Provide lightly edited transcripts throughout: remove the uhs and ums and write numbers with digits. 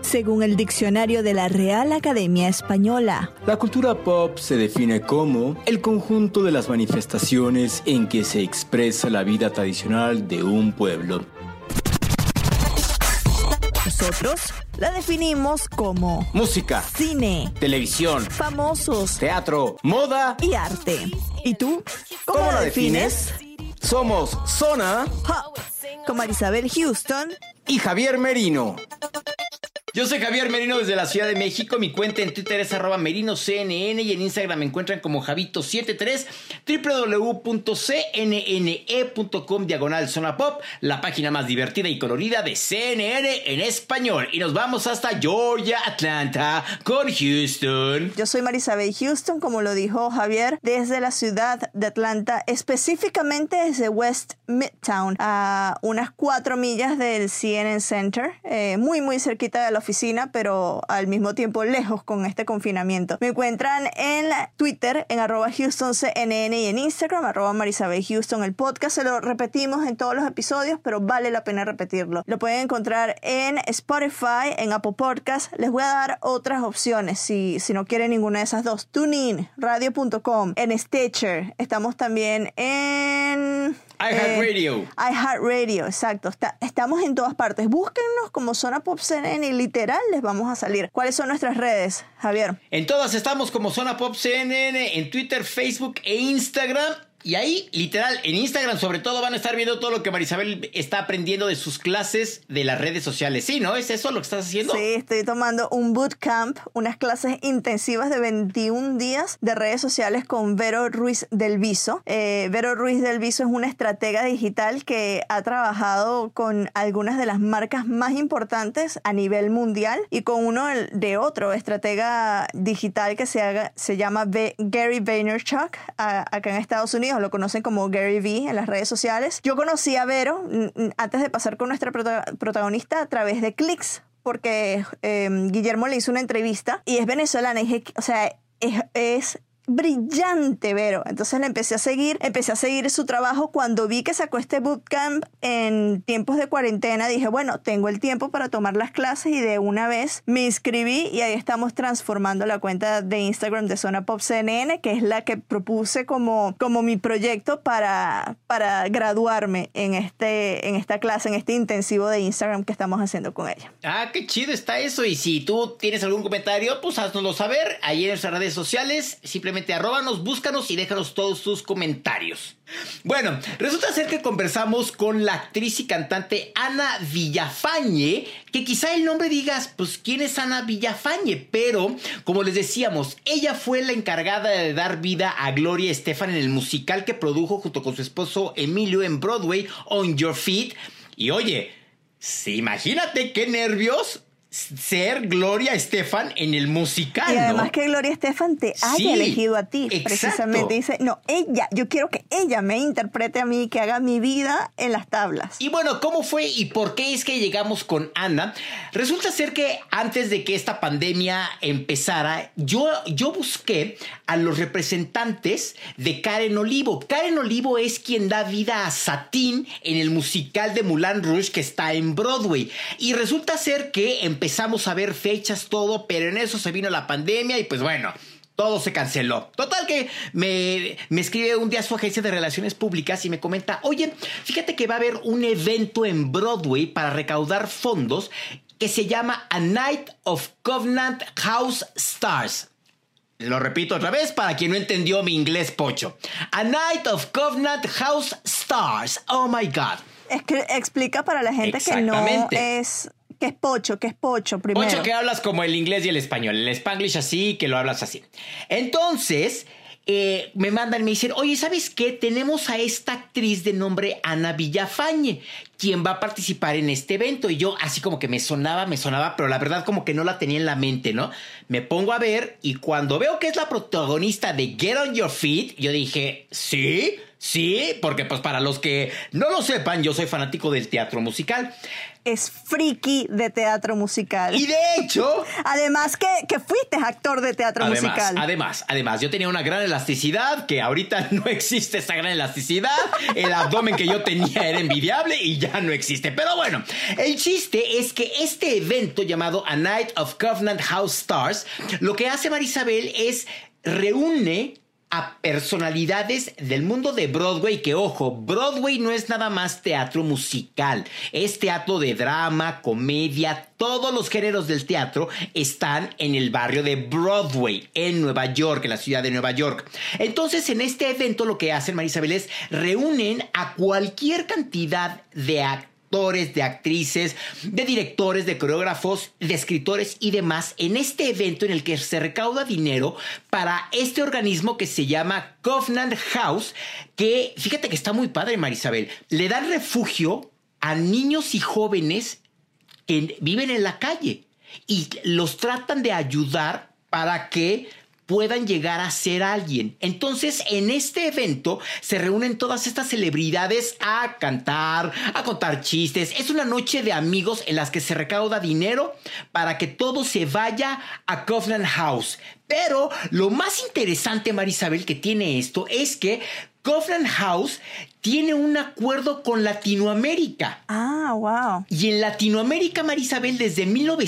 según el diccionario de la Real Academia Española. La cultura pop se define como el conjunto de las manifestaciones en que se expresa la vida tradicional de un pueblo. Nosotros la definimos como música, cine, televisión, famosos, teatro, moda y arte. ¿Y tú? ¿Cómo la defines? Somos Zona Pop, con Marisabel Houston y Javier Merino. Yo soy Javier Merino desde la Ciudad de México. Mi cuenta en Twitter es @merinocnn y en Instagram me encuentran como Javito73. www.cnne.com/Zona Pop, la página más divertida y colorida de CNN en español. Y nos vamos hasta Georgia, Atlanta, con Houston. Yo soy Marisabel Houston, como lo dijo Javier, desde la ciudad de Atlanta, específicamente desde West Midtown, a unas 4 millas del CNN Center, muy cerquita de la oficina, pero al mismo tiempo lejos con este confinamiento. Me encuentran en Twitter en @HoustonCNN y en Instagram @MarisabelHouston. El podcast se lo repetimos en todos los episodios, pero vale la pena repetirlo. Lo pueden encontrar en Spotify, en Apple Podcast. Les voy a dar otras opciones si no quieren ninguna de esas dos. TuneIn, radio.com, en Stitcher. Estamos también en iHeartRadio, exacto. Estamos en todas partes. Búsquennos como Zona Pop CNN y literal les vamos a salir. ¿Cuáles son nuestras redes, Javier? En todas estamos como Zona Pop CNN, en Twitter, Facebook e Instagram. Y ahí, literal, en Instagram sobre todo van a estar viendo todo lo que Marisabel está aprendiendo de sus clases de las redes sociales. ¿Sí, no? ¿Es eso lo que estás haciendo? Sí, estoy tomando un bootcamp, unas clases intensivas de 21 días de redes sociales con Vero Ruiz del Viso. Vero Ruiz del Viso es una estratega digital que ha trabajado con algunas de las marcas más importantes a nivel mundial y con otro estratega digital que se llama Gary Vaynerchuk acá en Estados Unidos. Lo conocen como Gary V en las redes sociales. Yo conocí a Vero antes de pasar con nuestra protagonista a través de Clix, porque Guillermo le hizo una entrevista y es venezolana. Y dije, o sea, es brillante Vero. Entonces le empecé a seguir su trabajo. Cuando vi que sacó este bootcamp en tiempos de cuarentena, dije, bueno, tengo el tiempo para tomar las clases y de una vez me inscribí y ahí estamos transformando la cuenta de Instagram de Zona Pop CNN, que es la que propuse como mi proyecto para graduarme en esta clase, en este intensivo de Instagram que estamos haciendo con ella. Ah, qué chido está eso. Y si tú tienes algún comentario, pues haznoslo saber ahí en nuestras redes sociales. Simplemente arróbanos, búscanos y déjanos todos tus comentarios. Bueno, resulta ser que conversamos con la actriz y cantante Ana Villafañe, que quizá el nombre digas, pues ¿quién es Ana Villafañe? Pero, como les decíamos, ella fue la encargada de dar vida a Gloria Estefan en el musical que produjo junto con su esposo Emilio en Broadway, On Your Feet. Y oye, sí, imagínate qué nervios ser Gloria Estefan en el musical, y además, ¿no? que Gloria Estefan te haya elegido a ti, exacto. Precisamente. Dice, no, yo quiero que ella me interprete a mí, que haga mi vida en las tablas. Y bueno, ¿cómo fue y por qué es que llegamos con Ana? Resulta ser que antes de que esta pandemia empezara, yo busqué a los representantes de Karen Olivo. Karen Olivo es quien da vida a Satine en el musical de Moulin Rouge que está en Broadway. Y resulta ser que empezamos a ver fechas, todo, pero en eso se vino la pandemia y pues bueno, todo se canceló. Total que me escribe un día su agencia de relaciones públicas y me comenta, oye, fíjate que va a haber un evento en Broadway para recaudar fondos que se llama A Night of Covenant House Stars. Lo repito otra vez para quien no entendió mi inglés pocho. A Night of Covenant House Stars. Oh my God. Es que explica para la gente que no es... ¿Qué es pocho primero? Pocho que hablas como el inglés y el español. El Spanglish así, que lo hablas así. Entonces, me mandan y me dicen, oye, ¿sabes qué? Tenemos a esta actriz de nombre Ana Villafañe, quien va a participar en este evento. Y yo así como que me sonaba, pero la verdad como que no la tenía en la mente, ¿no? Me pongo a ver y cuando veo que es la protagonista de Get On Your Feet, yo dije, ¿sí? Sí, porque pues para los que no lo sepan, yo soy fanático del teatro musical. Es friki de teatro musical. Y de hecho... Además que fuiste actor de teatro musical. Además, yo tenía una gran elasticidad, que ahorita no existe esa gran elasticidad. El abdomen que yo tenía era envidiable y ya no existe. Pero bueno, el chiste es que este evento llamado A Night of Covenant House Stars, lo que hace Marisabel es reúne a personalidades del mundo de Broadway, que ojo, Broadway no es nada más teatro musical, es teatro de drama, comedia, todos los géneros del teatro están en el barrio de Broadway, en Nueva York, en la ciudad de Nueva York. Entonces, en este evento lo que hacen, Marisabel, es reúnen a cualquier cantidad de actores, de actrices, de directores, de coreógrafos, de escritores y demás en este evento en el que se recauda dinero para este organismo que se llama Covenant House, que fíjate que está muy padre, Marisabel. Le dan refugio a niños y jóvenes que viven en la calle y los tratan de ayudar para que puedan llegar a ser alguien. Entonces, en este evento se reúnen todas estas celebridades a cantar, a contar chistes. Es una noche de amigos en las que se recauda dinero para que todo se vaya a Covenant House. Pero lo más interesante, Marisabel, que tiene esto es que Covenant House tiene un acuerdo con Latinoamérica. Ah, wow. Y en Latinoamérica, Marisabel, desde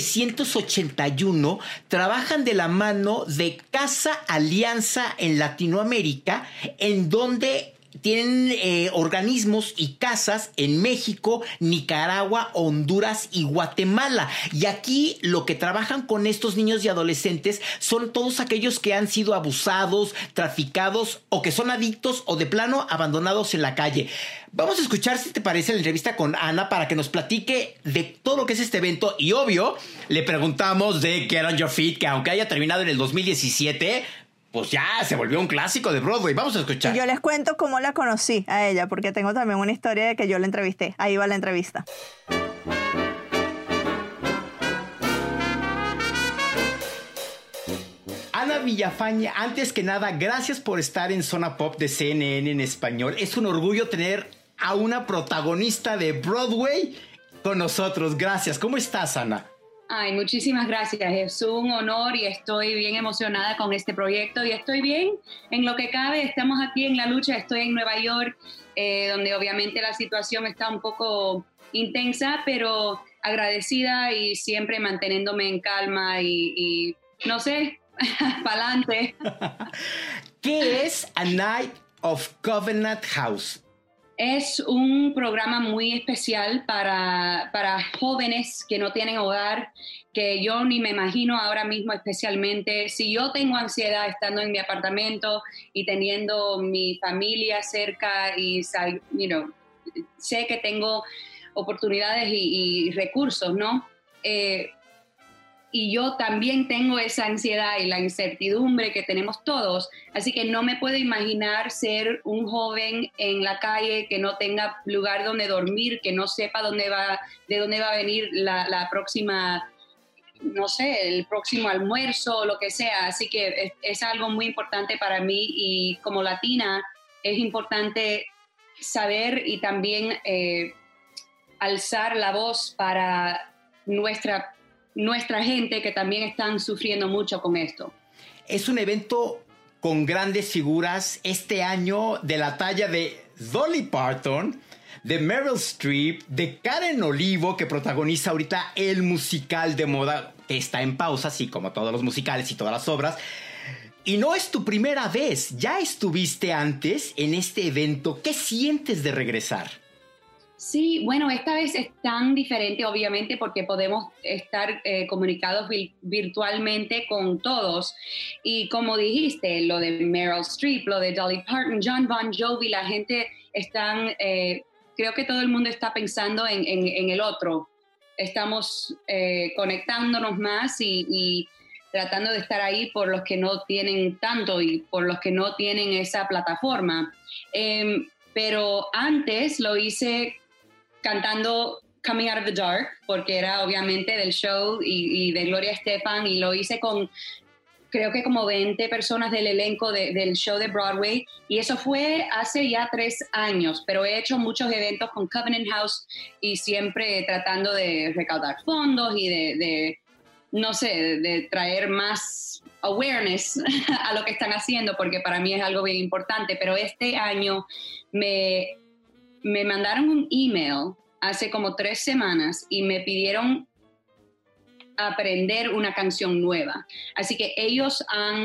1981 trabajan de la mano de Casa Alianza en Latinoamérica, en donde tienen organismos y casas en México, Nicaragua, Honduras y Guatemala. Y aquí lo que trabajan con estos niños y adolescentes son todos aquellos que han sido abusados, traficados o que son adictos o de plano abandonados en la calle. Vamos a escuchar, si te parece, la entrevista con Ana para que nos platique de todo lo que es este evento. Y obvio, le preguntamos de Get On Your Feet, que aunque haya terminado en el 2017... pues ya se volvió un clásico de Broadway. Vamos a escuchar. Y yo les cuento cómo la conocí a ella, porque tengo también una historia de que yo la entrevisté. Ahí va la entrevista. Ana Villafañe, antes que nada, gracias por estar en Zona Pop de CNN en español. Es un orgullo tener a una protagonista de Broadway con nosotros. Gracias. ¿Cómo estás, Ana? Ay, muchísimas gracias. Es un honor y estoy bien emocionada con este proyecto y estoy bien en lo que cabe. Estamos aquí en la lucha. Estoy en Nueva York, donde obviamente la situación está un poco intensa, pero agradecida y siempre manteniéndome en calma y no sé, para adelante. ¿Qué es A Night of Covenant House? Es un programa muy especial para jóvenes que no tienen hogar, que yo ni me imagino ahora mismo, especialmente si yo tengo ansiedad estando en mi apartamento y teniendo mi familia cerca y sé que tengo oportunidades y recursos, ¿no? Y yo también tengo esa ansiedad y la incertidumbre que tenemos todos, así que no me puedo imaginar ser un joven en la calle que no tenga lugar donde dormir, que no sepa de dónde va a venir la próxima, no sé, el próximo almuerzo o lo que sea. Así que es algo muy importante para mí y como latina es importante saber y también alzar la voz para nuestra gente que también están sufriendo mucho con esto. Es un evento con grandes figuras este año de la talla de Dolly Parton, de Meryl Streep, de Karen Olivo, que protagoniza ahorita el musical de moda que está en pausa, así como todos los musicales y todas las obras. Y no es tu primera vez, ya estuviste antes en este evento. ¿Qué sientes de regresar? Sí, bueno, esta vez es tan diferente, obviamente, porque podemos estar comunicados virtualmente con todos. Y como dijiste, lo de Meryl Streep, lo de Dolly Parton, John Bon Jovi, la gente están, creo que todo el mundo está pensando en el otro. Estamos conectándonos más y tratando de estar ahí por los que no tienen tanto y por los que no tienen esa plataforma. Pero antes lo hice cantando Coming Out of the Dark, porque era obviamente del show y de Gloria Estefan, y lo hice con creo que como 20 personas del elenco del show de Broadway, y eso fue hace ya 3 años, pero he hecho muchos eventos con Covenant House y siempre tratando de recaudar fondos y no sé, de traer más awareness a lo que están haciendo, porque para mí es algo bien importante. Pero este año me mandaron un email hace como 3 semanas y me pidieron aprender una canción nueva. Así que ellos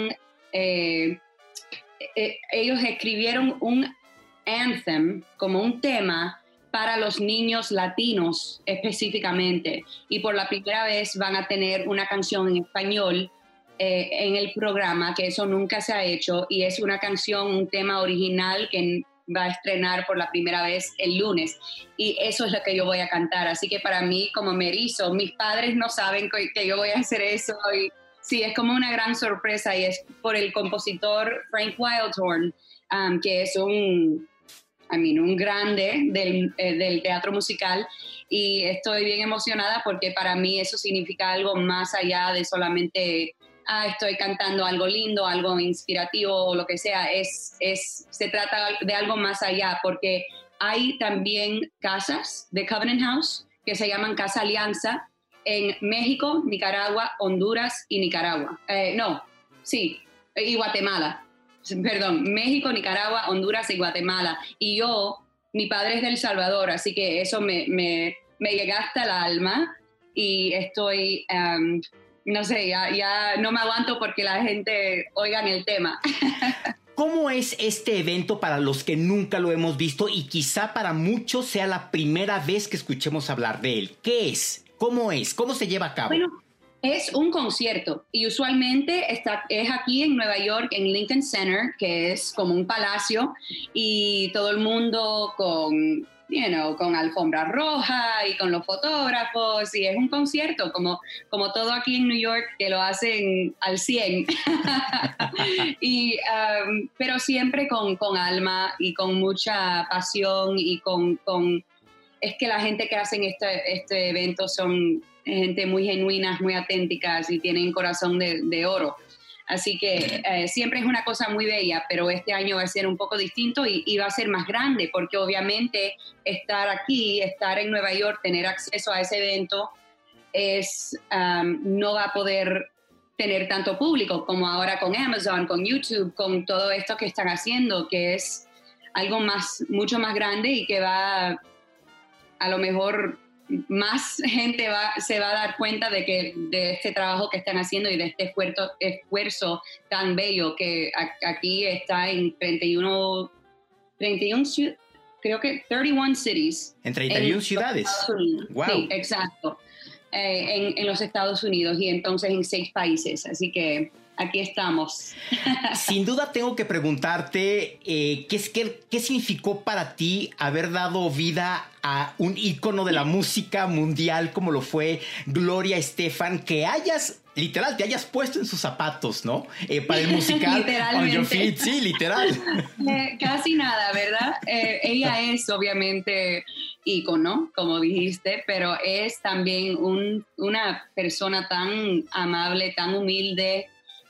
escribieron un anthem, como un tema para los niños latinos específicamente, y por la primera vez van a tener una canción en español en el programa, que eso nunca se ha hecho, y es una canción, un tema original que va a estrenar por la primera vez el lunes, y eso es lo que yo voy a cantar. Así que para mí, como me erizo, mis padres no saben que yo voy a hacer eso, y sí, es como una gran sorpresa, y es por el compositor Frank Wildhorn, que es un grande del teatro musical, y estoy bien emocionada porque para mí eso significa algo más allá de solamente estoy cantando algo lindo, algo inspirativo o lo que sea. Se trata de algo más allá, porque hay también casas de Covenant House que se llaman Casa Alianza en México, Nicaragua, Honduras y Nicaragua. Y Guatemala. Perdón, México, Nicaragua, Honduras y Guatemala. Y mi padre es de El Salvador, así que eso me llega hasta el alma, y estoy, no sé, ya no me aguanto porque la gente oigan el tema. ¿Cómo es este evento para los que nunca lo hemos visto y quizá para muchos sea la primera vez que escuchemos hablar de él? ¿Qué es? ¿Cómo es? ¿Cómo se lleva a cabo? Bueno, es un concierto, y usualmente es aquí en Nueva York, en Lincoln Center, que es como un palacio, y todo el mundo con alfombra roja y con los fotógrafos, y es un concierto como todo aquí en New York, que lo hacen al 100. Pero siempre con alma y con mucha pasión, y es que la gente que hacen este evento son gente muy genuinas, muy auténticas, y tienen corazón de oro. Así que siempre es una cosa muy bella, pero este año va a ser un poco distinto, y va a ser más grande, porque obviamente estar aquí, estar en Nueva York, tener acceso a ese evento, no va a poder tener tanto público como ahora con Amazon, con YouTube, con todo esto que están haciendo, que es algo mucho más grande, y que va, a lo mejor más gente se va a dar cuenta de este trabajo que están haciendo, y de este esfuerzo tan bello, que aquí está en 31 creo que 31 cities. En 31 ciudades. Wow. Sí, exacto. En los Estados Unidos, y entonces en 6 países. Así que aquí estamos. Sin duda tengo que preguntarte ¿qué significó para ti haber dado vida a un ícono de la música mundial como lo fue Gloria Estefan, que te hayas puesto en sus zapatos, ¿no? Para el musical On Your Feet, sí, literal. Casi nada, ¿verdad? Ella es obviamente ícono, como dijiste, pero es también una persona tan amable, tan humilde,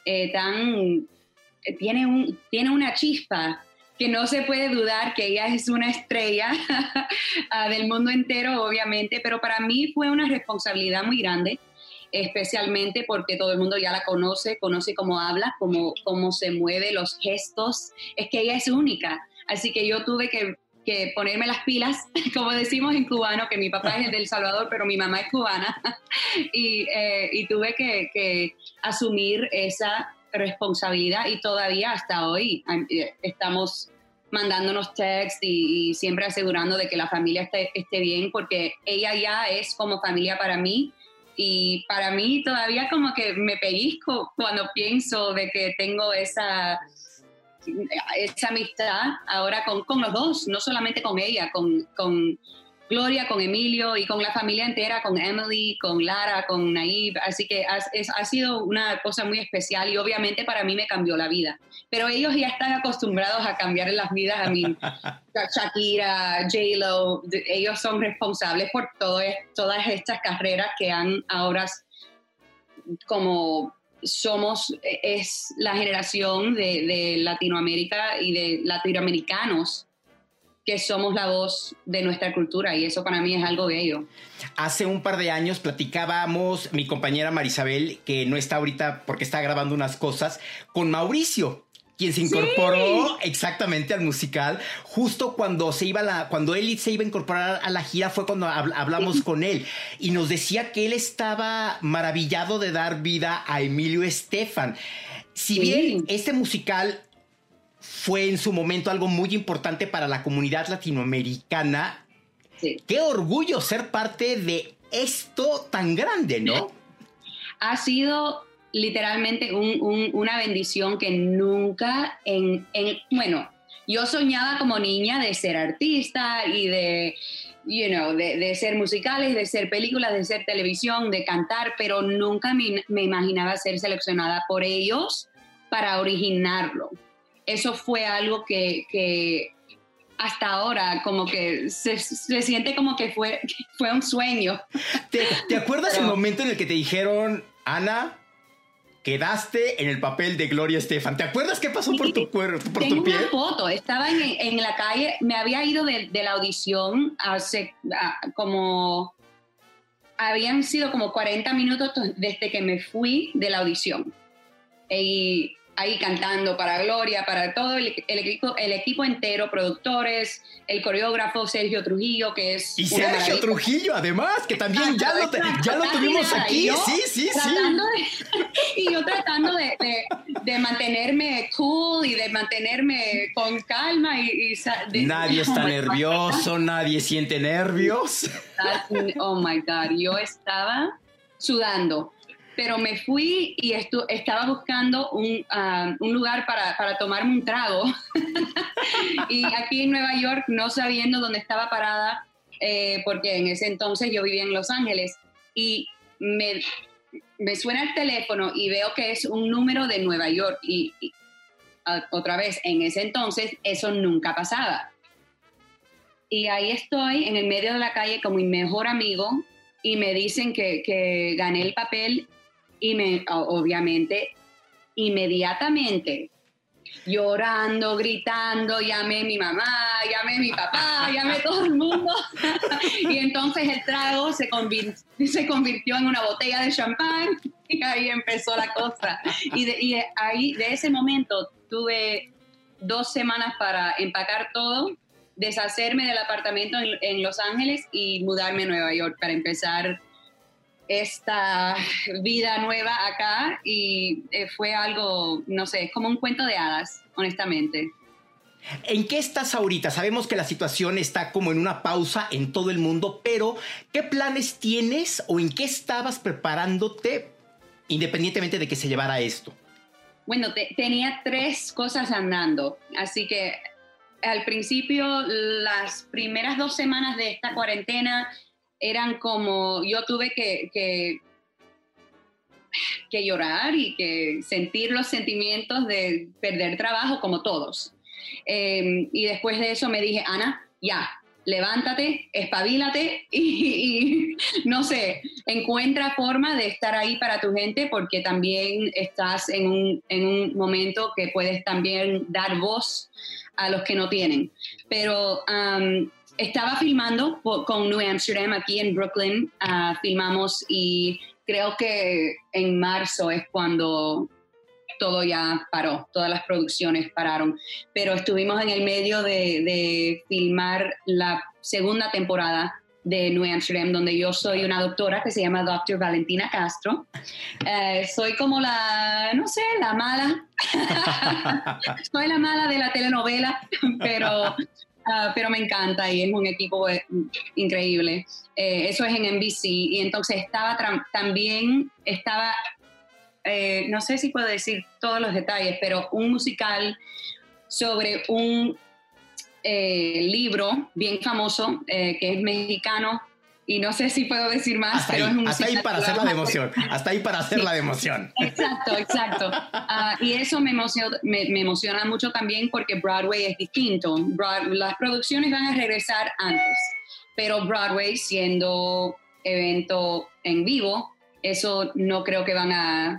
tiene una chispa que no se puede dudar que ella es una estrella del mundo entero, obviamente, pero para mí fue una responsabilidad muy grande, especialmente porque todo el mundo ya la conoce cómo habla, cómo se mueve, los gestos. Es que ella es única, así que yo tuve que ponerme las pilas, como decimos en cubano, que mi papá es de El Salvador, pero mi mamá es cubana, y tuve que asumir esa responsabilidad, y todavía hasta hoy estamos mandándonos texts y siempre asegurando de que la familia esté bien, porque ella ya es como familia para mí, y para mí todavía como que me pellizco cuando pienso de que tengo esa amistad ahora con los dos, no solamente con ella, con Gloria, con Emilio, y con la familia entera, con Emily, con Lara, con Naive. Así que ha sido una cosa muy especial, y obviamente para mí me cambió la vida. Pero ellos ya están acostumbrados a cambiar las vidas. A mí, Shakira, J-Lo, ellos son responsables por todas estas carreras que han ahora como es la generación de Latinoamérica y de latinoamericanos que somos la voz de nuestra cultura, y eso para mí es algo bello. Hace un par de años platicábamos, mi compañera Marisabel, que no está ahorita porque está grabando unas cosas, con Mauricio, quien se incorporó exactamente al musical. Justo cuando cuando él se iba a incorporar a la gira fue cuando hablamos con él, y nos decía que él estaba maravillado de dar vida a Emilio Estefan. Si bien este musical fue en su momento algo muy importante para la comunidad latinoamericana, qué orgullo ser parte de esto tan grande, ¿no? Ha sido literalmente una bendición que nunca bueno, yo soñaba como niña de ser artista y de ser musicales, de ser películas, de ser televisión, de cantar, pero nunca me imaginaba ser seleccionada por ellos para originarlo. Eso fue algo que hasta ahora como que se siente como que fue un sueño. ¿Te acuerdas el momento en el que te dijeron, Ana, quedaste en el papel de Gloria Estefan? ¿Te acuerdas qué pasó por tu cuerpo, por tu piel? Tengo una foto, estaba en la calle, me había ido de la audición habían sido como 40 minutos desde que me fui de la audición. Y ahí cantando para Gloria, para todo el equipo entero, productores, el coreógrafo Sergio Trujillo, que es... Y Sergio Trujillo, además, que también ya lo tuvimos aquí. Sí. Y yo tratando de mantenerme cool y de mantenerme con calma. Nadie está nervioso, nadie siente nervios. Oh, my God, yo estaba sudando. Pero me fui y estaba buscando un lugar para tomarme un trago. Y aquí en Nueva York, no sabiendo dónde estaba parada, porque en ese entonces yo vivía en Los Ángeles, y me suena el teléfono y veo que es un número de Nueva York. Y otra vez, en ese entonces, eso nunca pasaba. Y ahí estoy, en el medio de la calle, con mi mejor amigo, y me dicen que gané el papel. Y obviamente, inmediatamente, llorando, gritando, llamé a mi mamá, llamé a mi papá, llamé a todo el mundo. Y entonces el trago se convirtió en una botella de champán, y ahí empezó la cosa. Y de ese momento tuve 2 semanas para empacar todo, deshacerme del apartamento en Los Ángeles y mudarme a Nueva York para empezar esta vida nueva acá, y fue algo, no sé, es como un cuento de hadas, honestamente. ¿En qué estás ahorita? Sabemos que la situación está como en una pausa en todo el mundo, pero ¿qué planes tienes o en qué estabas preparándote independientemente de que se llevara esto? Bueno, tenía 3 cosas andando, así que al principio, las primeras 2 semanas de esta cuarentena eran como, yo tuve que llorar y que sentir los sentimientos de perder trabajo como todos. Y después de eso me dije, Ana, ya, levántate, espabilate y no sé, encuentra forma de estar ahí para tu gente, porque también estás en un momento que puedes también dar voz a los que no tienen. Pero estaba filmando con New Amsterdam aquí en Brooklyn, filmamos, y creo que en marzo es cuando todo ya paró, todas las producciones pararon, pero estuvimos en el medio de filmar la segunda temporada de New Amsterdam, donde yo soy una doctora que se llama Dr. Valentina Castro. Soy como la mala, soy la mala de la telenovela, pero me encanta y es un equipo increíble. Eso es en NBC, y entonces también estaba, no sé si puedo decir todos los detalles, pero un musical sobre un libro bien famoso que es mexicano, y no sé si puedo decir más, hasta pero ahí, es un hasta musical. Ahí para hacer la de emoción, hasta ahí para hacer la de emoción. Exacto. Y eso me emociona mucho también, porque Broadway es distinto. Las producciones van a regresar antes, pero Broadway, siendo evento en vivo, eso no creo que van a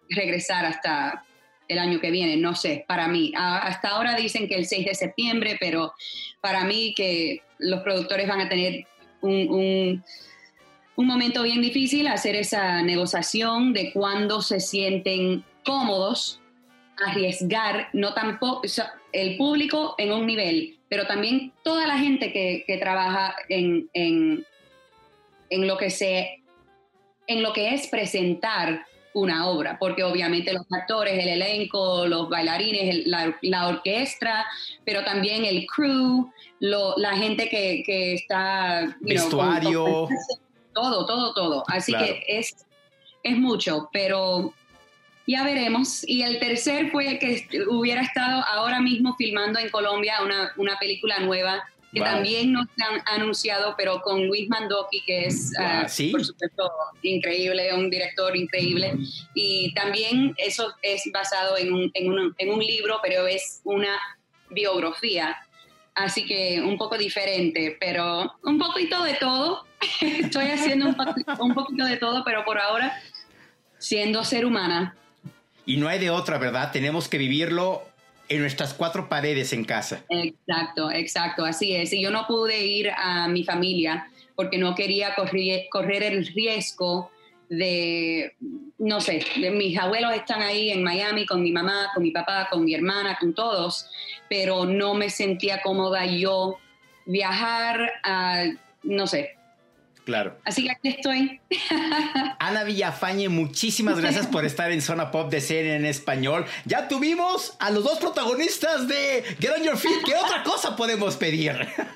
regresar hasta el año que viene, no sé, para mí. Hasta ahora dicen que el 6 de septiembre, pero para mí que los productores van a tener un momento bien difícil, hacer esa negociación de cuándo se sienten cómodos, arriesgar, no tampoco, o sea, el público en un nivel, pero también toda la gente que trabaja en lo que es presentar una obra, porque obviamente los actores, el elenco, los bailarines, la orquesta, pero también el crew, la gente que está... Vestuario. Todo. Así claro. que es mucho, pero ya veremos. Y el tercer fue que hubiera estado ahora mismo filmando en Colombia una película nueva que también nos han anunciado, pero con Luis Mandoki, que es, ¿sí? por supuesto, increíble, un director increíble. Y también eso es basado en un libro, pero es una biografía. Así que un poco diferente, pero un poquito de todo. Estoy haciendo un poquito de todo, pero por ahora siendo ser humana. Y no hay de otra, ¿verdad? Tenemos que vivirlo en nuestras 4 paredes en casa. Exacto, así es. Y yo no pude ir a mi familia porque no quería correr el riesgo de, no sé, mis abuelos están ahí en Miami con mi mamá, con mi papá, con mi hermana, con todos, pero no me sentía cómoda yo viajar a, no sé. Claro. Así que aquí estoy. Ana Villafañe, muchísimas gracias por estar en Zona Pop de CNN en español. Ya tuvimos a los 2 protagonistas de Get On Your Feet. ¿Qué otra cosa podemos pedir?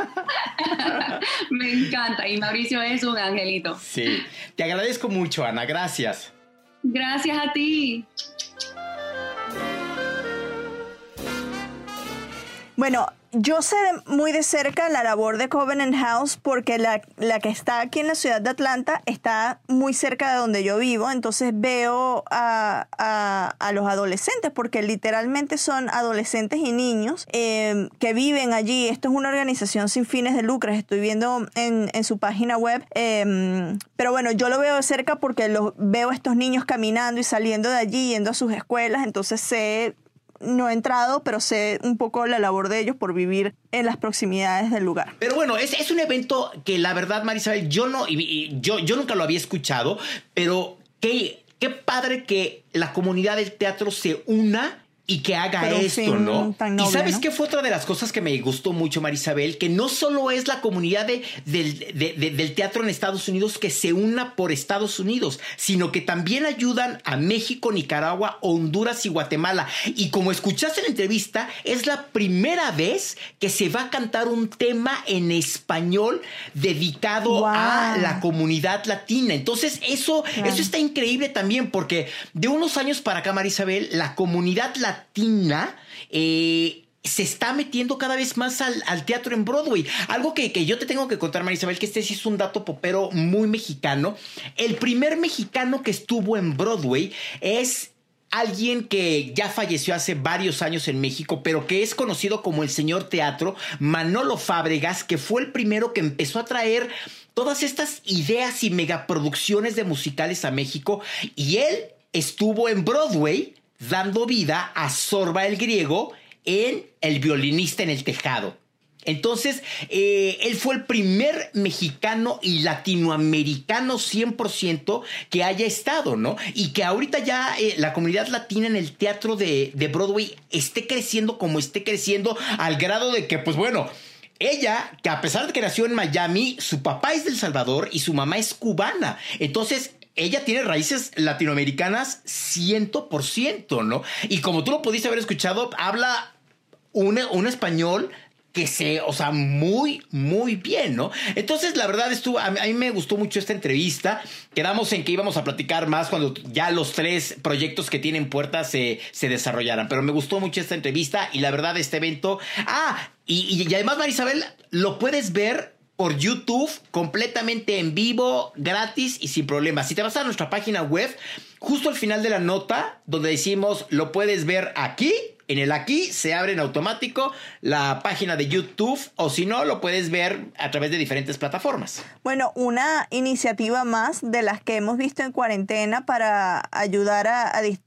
Me encanta. Y Mauricio es un angelito. Sí. Te agradezco mucho, Ana. Gracias. Gracias a ti. Bueno, yo sé muy de cerca la labor de Covenant House porque la que está aquí en la ciudad de Atlanta está muy cerca de donde yo vivo, entonces veo a los adolescentes, porque literalmente son adolescentes y niños que viven allí. Esto es una organización sin fines de lucro, estoy viendo en su página web, pero bueno, yo lo veo de cerca porque veo a estos niños caminando y saliendo de allí, yendo a sus escuelas, entonces no he entrado, pero sé un poco la labor de ellos por vivir en las proximidades del lugar. Pero bueno, es un evento que la verdad, Marisabel, yo nunca lo había escuchado, pero qué padre que la comunidad del teatro se una y que haga esto, ¿no? Noble, y ¿sabes ¿no? qué fue otra de las cosas que me gustó mucho, Marisabel? Que no solo es la comunidad del teatro en Estados Unidos que se una por Estados Unidos, sino que también ayudan a México, Nicaragua, Honduras y Guatemala. Y como escuchaste en la entrevista, es la primera vez que se va a cantar un tema en español dedicado a la comunidad latina. Entonces, eso está increíble también, porque de unos años para acá, Marisabel, la comunidad latina se está metiendo cada vez más al teatro en Broadway. Algo que yo te tengo que contar, Marisabel, que sí es un dato popero muy mexicano. El primer mexicano que estuvo en Broadway es alguien que ya falleció hace varios años en México, pero que es conocido como el señor teatro, Manolo Fábregas, que fue el primero que empezó a traer todas estas ideas y megaproducciones de musicales a México, y él estuvo en Broadway dando vida a Zorba el Griego en El violinista en el tejado. Entonces, él fue el primer mexicano y latinoamericano 100% que haya estado, ¿no? Y que ahorita ya la comunidad latina en el teatro de Broadway esté creciendo como esté creciendo, al grado de que, pues bueno, ella, que a pesar de que nació en Miami, su papá es de El Salvador y su mamá es cubana. Entonces, ella tiene raíces latinoamericanas 100%, ¿no? Y como tú lo pudiste haber escuchado, habla un español que muy, muy bien, ¿no? Entonces, la verdad, a mí me gustó mucho esta entrevista. Quedamos en que íbamos a platicar más cuando ya los 3 proyectos que tienen puertas se desarrollaran. Pero me gustó mucho esta entrevista y la verdad, este evento... Y además, Marisabel, lo puedes ver por YouTube, completamente en vivo, gratis y sin problemas. Si te vas a nuestra página web, justo al final de la nota, donde decimos lo puedes ver aquí, en el aquí se abre en automático la página de YouTube, o si no, lo puedes ver a través de diferentes plataformas. Bueno, una iniciativa más de las que hemos visto en cuarentena para ayudar a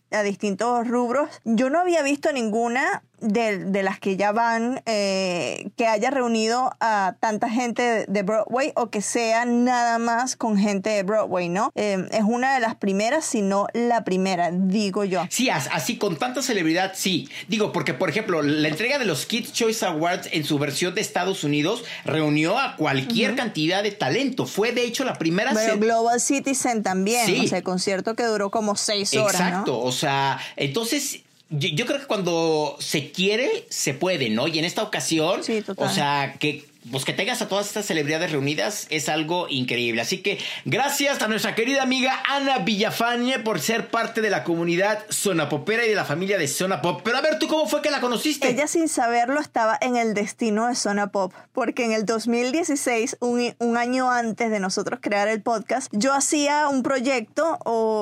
a distintos rubros. Yo no había visto ninguna de las que ya van que haya reunido a tanta gente de Broadway o que sea nada más con gente de Broadway, ¿no? Es una de las primeras, si no la primera, digo yo. Sí, así con tanta celebridad, sí. Digo, porque por ejemplo, la entrega de los Kids Choice Awards en su versión de Estados Unidos reunió a cualquier cantidad de talento. Fue de hecho la primera... Pero Global Citizen también, sí. O sea, el concierto que duró como 6 horas, exacto, ¿no? O sea, entonces... Yo creo que cuando se quiere, se puede, ¿no? Y en esta ocasión, sí, total. O sea, que tengas a todas estas celebridades reunidas es algo increíble. Así que gracias a nuestra querida amiga Ana Villafañe por ser parte de la comunidad sonapopera y de la familia de Zona Pop. Pero a ver, ¿tú cómo fue que la conociste? Ella sin saberlo estaba en el destino de Zona Pop, porque en el 2016, un año antes de nosotros crear el podcast, yo hacía un proyecto,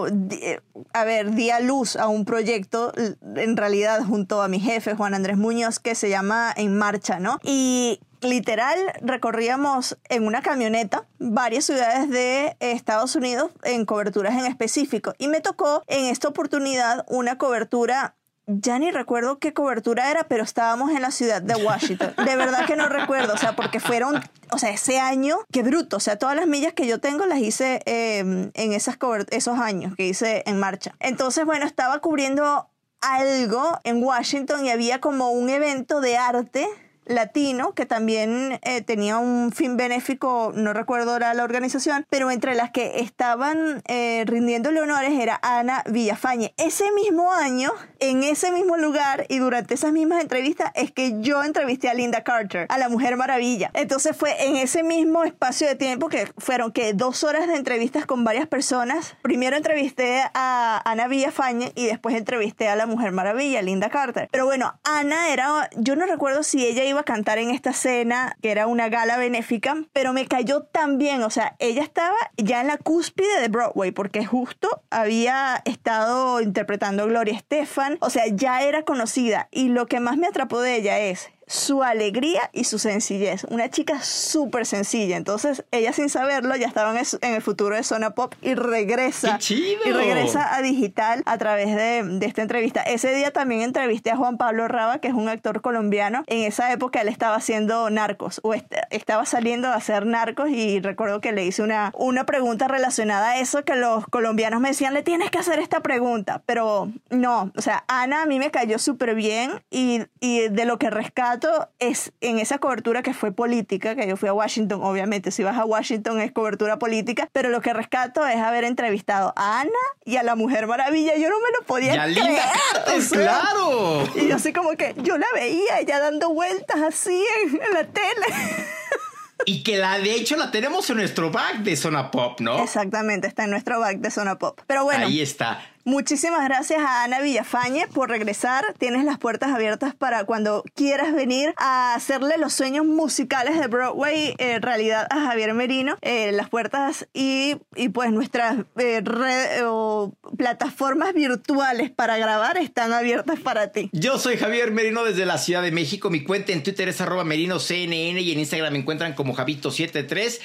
di a luz a un proyecto, en realidad junto a mi jefe, Juan Andrés Muñoz, que se llama En Marcha, ¿no? Y literal, recorríamos en una camioneta varias ciudades de Estados Unidos en coberturas en específico. Y me tocó en esta oportunidad una cobertura, ya ni recuerdo qué cobertura era, pero estábamos en la ciudad de Washington. De verdad que no recuerdo, o sea, porque fueron, o sea, ese año, qué bruto. O sea, todas las millas que yo tengo las hice en esos años que hice En Marcha. Entonces, bueno, estaba cubriendo algo en Washington y había como un evento de arte latino que también tenía un fin benéfico, no recuerdo ahora la organización, pero entre las que estaban rindiéndole honores era Ana Villafañe. Ese mismo año, en ese mismo lugar y durante esas mismas entrevistas es que yo entrevisté a Linda Carter, a la Mujer Maravilla. Entonces fue en ese mismo espacio de tiempo que fueron 2 horas de entrevistas con varias personas. Primero entrevisté a Ana Villafañe y después entrevisté a la Mujer Maravilla, Linda Carter. Pero bueno, Ana era, yo no recuerdo si ella iba a cantar en esta cena, que era una gala benéfica, pero me cayó tan bien, o sea, ella estaba ya en la cúspide de Broadway, porque justo había estado interpretando Gloria Estefan, o sea, ya era conocida, y lo que más me atrapó de ella es su alegría y su sencillez. Una chica súper sencilla. Entonces, ella sin saberlo ya estaba en el futuro de Zona Pop y regresa. ¡Qué chido! Y regresa a digital a través de esta entrevista. Ese día también entrevisté a Juan Pablo Raba, que es un actor colombiano. En esa época él estaba haciendo Narcos, o estaba saliendo a hacer Narcos, y recuerdo que le hice una pregunta relacionada a eso, que los colombianos me decían, le tienes que hacer esta pregunta. Pero no, o sea, Ana a mí me cayó súper bien, y de lo que rescato es en esa cobertura que fue política, que yo fui a Washington, obviamente si vas a Washington es cobertura política, pero lo que rescato es haber entrevistado a Ana y a la Mujer Maravilla. Yo no me lo podía creer. Linda Carter, o sea, ¡claro! Y yo así como que yo la veía ella dando vueltas así en la tele. Y que de hecho la tenemos en nuestro back de Zona Pop, ¿no? Exactamente, está en nuestro back de Zona Pop. Pero bueno, ahí está. Muchísimas gracias a Ana Villafañe por regresar. Tienes las puertas abiertas para cuando quieras venir a hacerle los sueños musicales de Broadway realidad a Javier Merino. Las puertas y pues nuestras redes o plataformas virtuales para grabar están abiertas para ti. Yo soy Javier Merino desde la Ciudad de México. Mi cuenta en Twitter es @merinoCNN y en Instagram me encuentran como Javito73.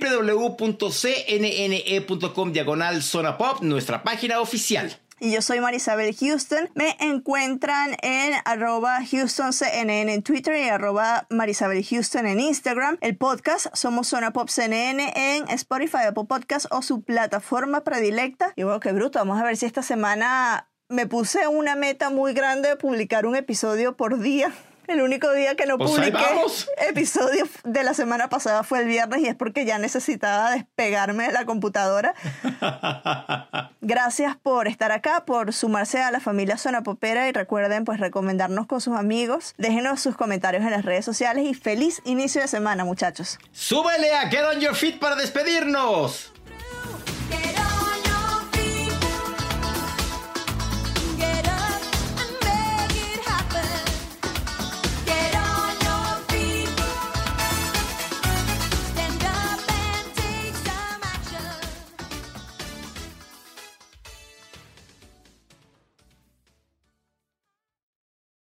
www.cnne.com/Zona Pop, nuestra página oficial. Y yo soy Marisabel Houston. Me encuentran en @HoustonCNN en Twitter y @Marisabel Houston en Instagram. El podcast somos Zona Pop CNN en Spotify, Apple Podcast o su plataforma predilecta. Y bueno, qué bruto. Vamos a ver si esta semana me puse una meta muy grande de publicar un episodio por día. El único día que no publiqué episodio de la semana pasada fue el viernes, y es porque ya necesitaba despegarme de la computadora. Gracias por estar acá, por sumarse a la familia Sonapopera, y recuerden pues recomendarnos con sus amigos. Déjenos sus comentarios en las redes sociales y feliz inicio de semana, muchachos. ¡Súbele a Get On Your Feet para despedirnos!